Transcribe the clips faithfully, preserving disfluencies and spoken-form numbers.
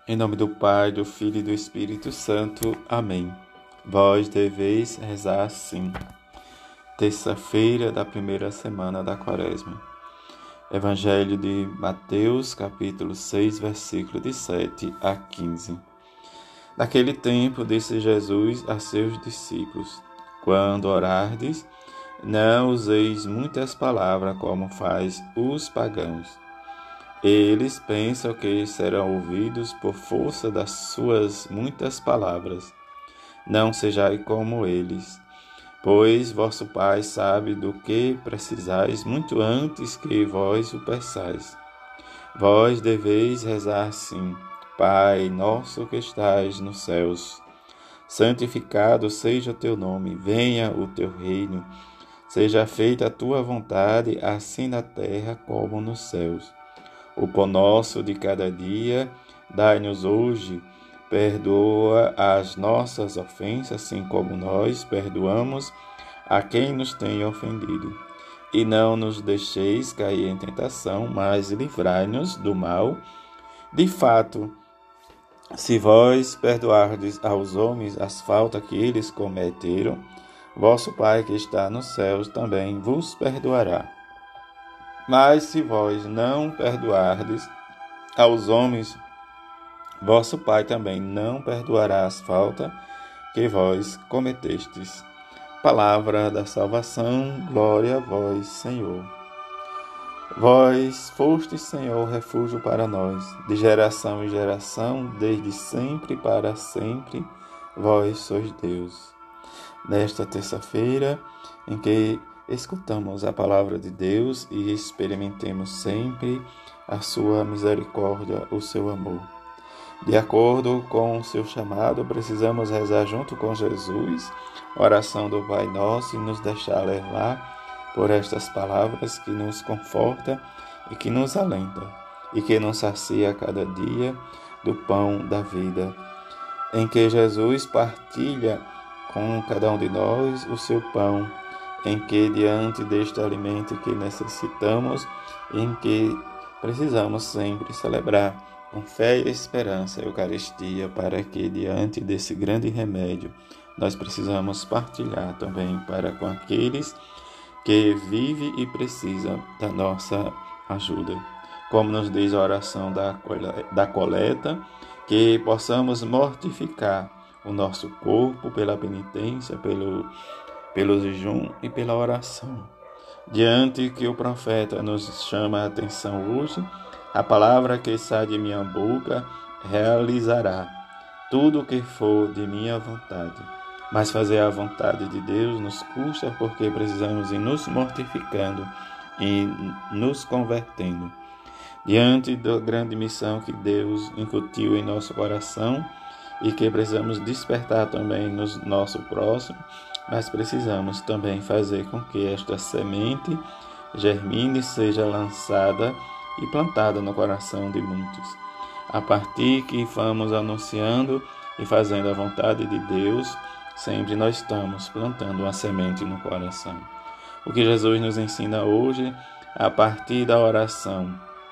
Em nome do Pai, do Filho e do Espírito Santo. Amém. Vós deveis rezar assim. Terça-feira da primeira semana da Quaresma. Evangelho de Mateus, capítulo seis, versículo de sete a quinze. Naquele tempo disse Jesus a seus discípulos: Quando orardes, não useis muitas palavras como faz os pagãos. Eles pensam que serão ouvidos por força das suas muitas palavras. Não sejais como eles, pois vosso Pai sabe do que precisais muito antes que vós o peçais. Vós deveis rezar assim: Pai nosso que estais nos céus, santificado seja o teu nome, venha o teu reino, seja feita a tua vontade, assim na terra como nos céus. O pão nosso de cada dia, dai-nos hoje, perdoa as nossas ofensas, assim como nós perdoamos a quem nos tem ofendido. E não nos deixeis cair em tentação, mas livrai-nos do mal. De fato, se vós perdoardes aos homens as faltas que eles cometeram, vosso Pai que está nos céus também vos perdoará. Mas se vós não perdoardes aos homens, vosso Pai também não perdoará as faltas que vós cometestes. Palavra da salvação, glória a vós, Senhor. Vós fostes, Senhor, refúgio para nós, de geração em geração, desde sempre para sempre, vós sois Deus. Nesta terça-feira, em que escutamos a palavra de Deus e experimentemos sempre a sua misericórdia, o seu amor. De acordo com o seu chamado, precisamos rezar junto com Jesus a oração do Pai Nosso e nos deixar levar por estas palavras que nos conforta e que nos alenta e que nos sacia a cada dia do pão da vida, em que Jesus partilha com cada um de nós o seu pão, em que, diante deste alimento que necessitamos, em que precisamos sempre celebrar com fé e esperança a Eucaristia, para que, diante desse grande remédio, nós precisamos partilhar também para com aqueles que vivem e precisam da nossa ajuda. Como nos diz a oração da coleta, que possamos mortificar o nosso corpo pela penitência, pelo pelo jejum e pela oração. Diante que o profeta nos chama a atenção hoje, a palavra que sai de minha boca realizará tudo o que for de minha vontade. Mas fazer a vontade de Deus nos custa, porque precisamos ir nos mortificando e nos convertendo. Diante da grande missão que Deus incutiu em nosso coração e que precisamos despertar também no nosso próximo, mas precisamos também fazer com que esta semente germine, seja lançada e plantada no coração de muitos. A partir que vamos anunciando e fazendo a vontade de Deus, sempre nós estamos plantando uma semente no coração. O que Jesus nos ensina hoje, a partir da oração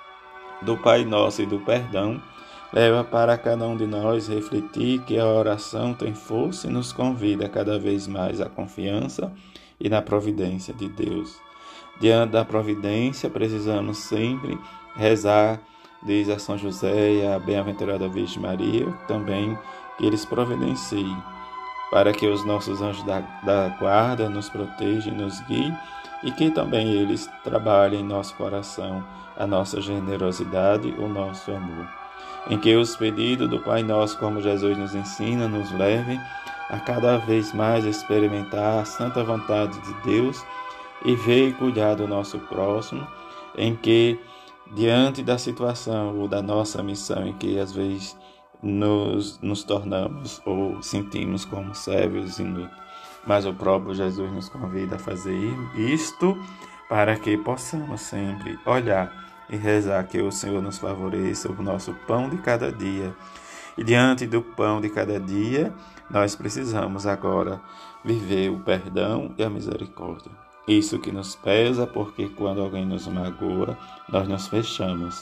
do Pai Nosso e do perdão, leva para cada um de nós refletir que a oração tem força e nos convida cada vez mais à confiança e na providência de Deus. Diante da providência, precisamos sempre rezar, diz a São José e a bem-aventurada Virgem Maria, também que eles providenciem, para que os nossos anjos da, da guarda nos protejam e nos guiem, e que também eles trabalhem em nosso coração a nossa generosidade, o nosso amor. Em que os pedidos do Pai Nosso, como Jesus nos ensina, nos levem a cada vez mais experimentar a santa vontade de Deus e ver e cuidar do nosso próximo, em que, diante da situação ou da nossa missão, em que às vezes nos, nos tornamos ou sentimos como servos inúteis, mas o próprio Jesus nos convida a fazer isto para que possamos sempre olhar e rezar que o Senhor nos favoreça o nosso pão de cada dia. E diante do pão de cada dia, nós precisamos agora viver o perdão e a misericórdia. Isso que nos pesa, porque quando alguém nos magoa, nós nos fechamos.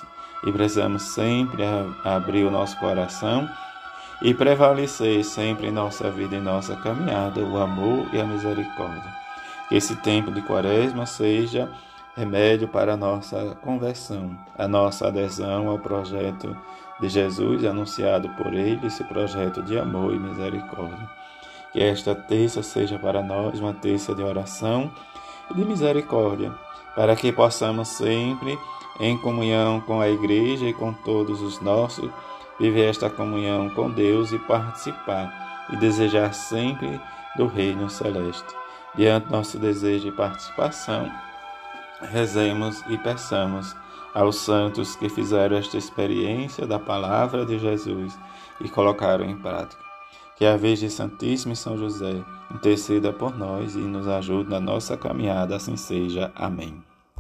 e precisamos sempre abrir o nosso coração e prevalecer sempre em nossa vida e nossa caminhada o amor e a misericórdia. Que esse tempo de Quaresma seja remédio para a nossa conversão, a nossa adesão ao projeto de Jesus anunciado por Ele, esse projeto de amor e misericórdia. Que esta terça seja para nós uma terça de oração e de misericórdia, para que possamos sempre, em comunhão com a Igreja e com todos os nossos, viver esta comunhão com Deus e participar e desejar sempre do Reino Celeste. Diante do nosso desejo de participação, rezemos e peçamos aos santos que fizeram esta experiência da palavra de Jesus e colocaram em prática. Que a Virgem Santíssima e São José interceda por nós e nos ajude na nossa caminhada, assim seja. Amém.